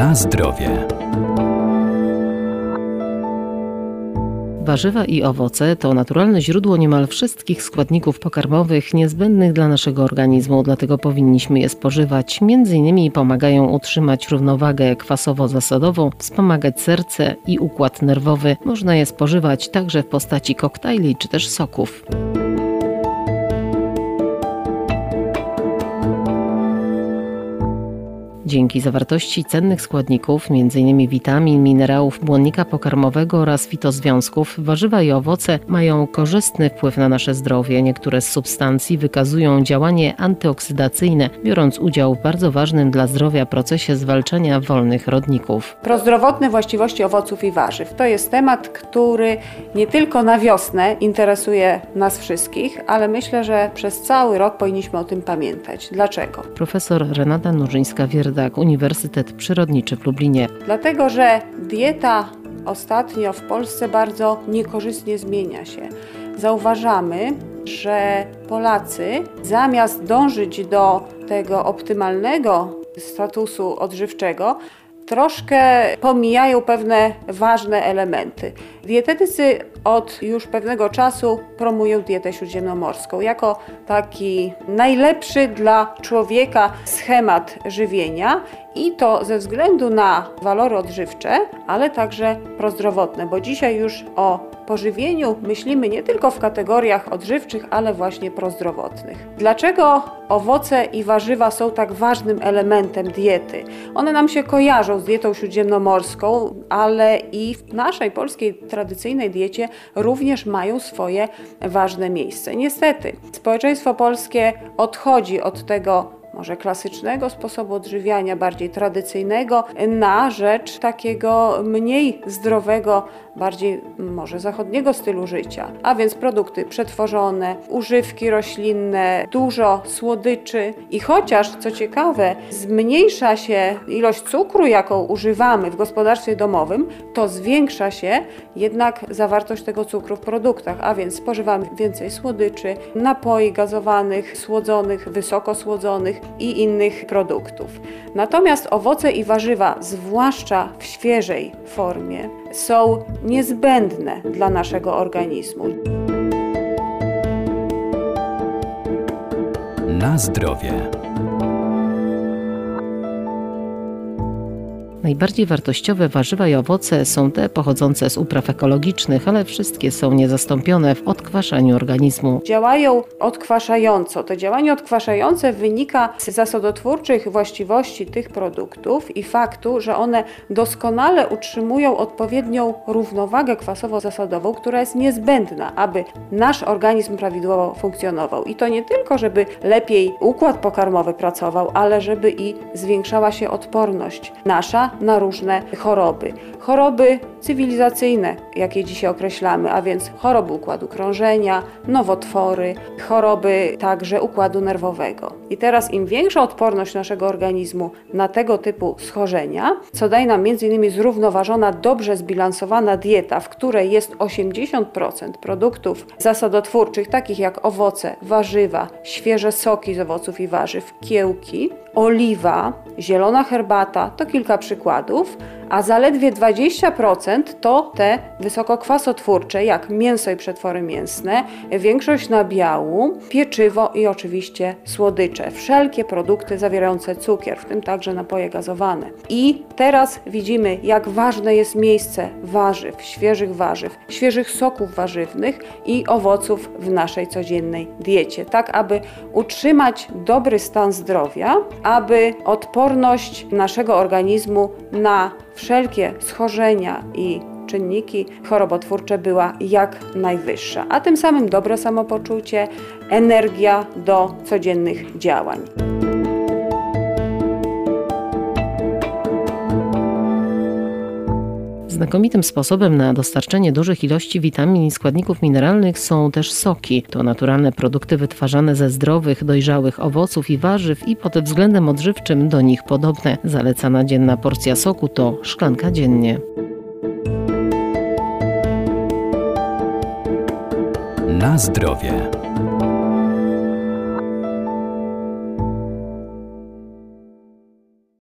Na zdrowie. Warzywa i owoce to naturalne źródło niemal wszystkich składników pokarmowych niezbędnych dla naszego organizmu, dlatego powinniśmy je spożywać. Między innymi pomagają utrzymać równowagę kwasowo-zasadową, wspomagać serce i układ nerwowy. Można je spożywać także w postaci koktajli czy też soków. Dzięki zawartości cennych składników, m.in. witamin, minerałów, błonnika pokarmowego oraz fitozwiązków, warzywa i owoce mają korzystny wpływ na nasze zdrowie. Niektóre z substancji wykazują działanie antyoksydacyjne, biorąc udział w bardzo ważnym dla zdrowia procesie zwalczania wolnych rodników. Prozdrowotne właściwości owoców i warzyw to jest temat, który nie tylko na wiosnę interesuje nas wszystkich, ale myślę, że przez cały rok powinniśmy o tym pamiętać. Dlaczego? Profesor Renata Nurzyńska-Wierdak, Uniwersytet Przyrodniczy w Lublinie. Dlatego, że dieta ostatnio w Polsce bardzo niekorzystnie zmienia się. Zauważamy, że Polacy zamiast dążyć do tego optymalnego statusu odżywczego, troszkę pomijają pewne ważne elementy. Dietetycy od już pewnego czasu promują dietę śródziemnomorską jako taki najlepszy dla człowieka schemat żywienia i to ze względu na walory odżywcze, ale także prozdrowotne, bo dzisiaj już o pożywieniu myślimy nie tylko w kategoriach odżywczych, ale właśnie prozdrowotnych. Dlaczego owoce i warzywa są tak ważnym elementem diety? One nam się kojarzą z dietą śródziemnomorską, ale i w naszej polskiej tradycyjnej diecie również mają swoje ważne miejsce. Niestety, społeczeństwo polskie odchodzi od tego może klasycznego sposobu odżywiania, bardziej tradycyjnego, na rzecz takiego mniej zdrowego, bardziej może zachodniego stylu życia. A więc produkty przetworzone, używki roślinne, dużo słodyczy i chociaż, co ciekawe, zmniejsza się ilość cukru, jaką używamy w gospodarstwie domowym, to zwiększa się jednak zawartość tego cukru w produktach, a więc spożywamy więcej słodyczy, napoi gazowanych, słodzonych, wysoko słodzonych i innych produktów. Natomiast owoce i warzywa, zwłaszcza w świeżej formie, są niezbędne dla naszego organizmu. Na zdrowie. Najbardziej wartościowe warzywa i owoce są te pochodzące z upraw ekologicznych, ale wszystkie są niezastąpione w odkwaszaniu organizmu. Działają odkwaszająco. To działanie odkwaszające wynika z zasadotwórczych właściwości tych produktów i faktu, że one doskonale utrzymują odpowiednią równowagę kwasowo-zasadową, która jest niezbędna, aby nasz organizm prawidłowo funkcjonował. I to nie tylko, żeby lepiej układ pokarmowy pracował, ale żeby i zwiększała się odporność nasza na różne choroby. Choroby cywilizacyjne, jakie dzisiaj określamy, a więc choroby układu krążenia, nowotwory, choroby także układu nerwowego. I teraz im większa odporność naszego organizmu na tego typu schorzenia, co daje nam m.in. zrównoważona, dobrze zbilansowana dieta, w której jest 80% produktów zasadotwórczych, takich jak owoce, warzywa, świeże soki z owoców i warzyw, kiełki, oliwa, zielona herbata, to kilka przykładów, a zaledwie 20% to te wysokokwasotwórcze, jak mięso i przetwory mięsne, większość nabiału, pieczywo i oczywiście słodycze. Wszelkie produkty zawierające cukier, w tym także napoje gazowane. I teraz widzimy, jak ważne jest miejsce warzyw, świeżych soków warzywnych i owoców w naszej codziennej diecie, tak aby utrzymać dobry stan zdrowia, aby odporność naszego organizmu na wszelkie schorzenia i czynniki chorobotwórcze była jak najwyższa, a tym samym dobre samopoczucie, energia do codziennych działań. Znakomitym sposobem na dostarczenie dużych ilości witamin i składników mineralnych są też soki. To naturalne produkty wytwarzane ze zdrowych, dojrzałych owoców i warzyw i pod względem odżywczym do nich podobne. Zalecana dzienna porcja soku to szklanka dziennie. Na zdrowie.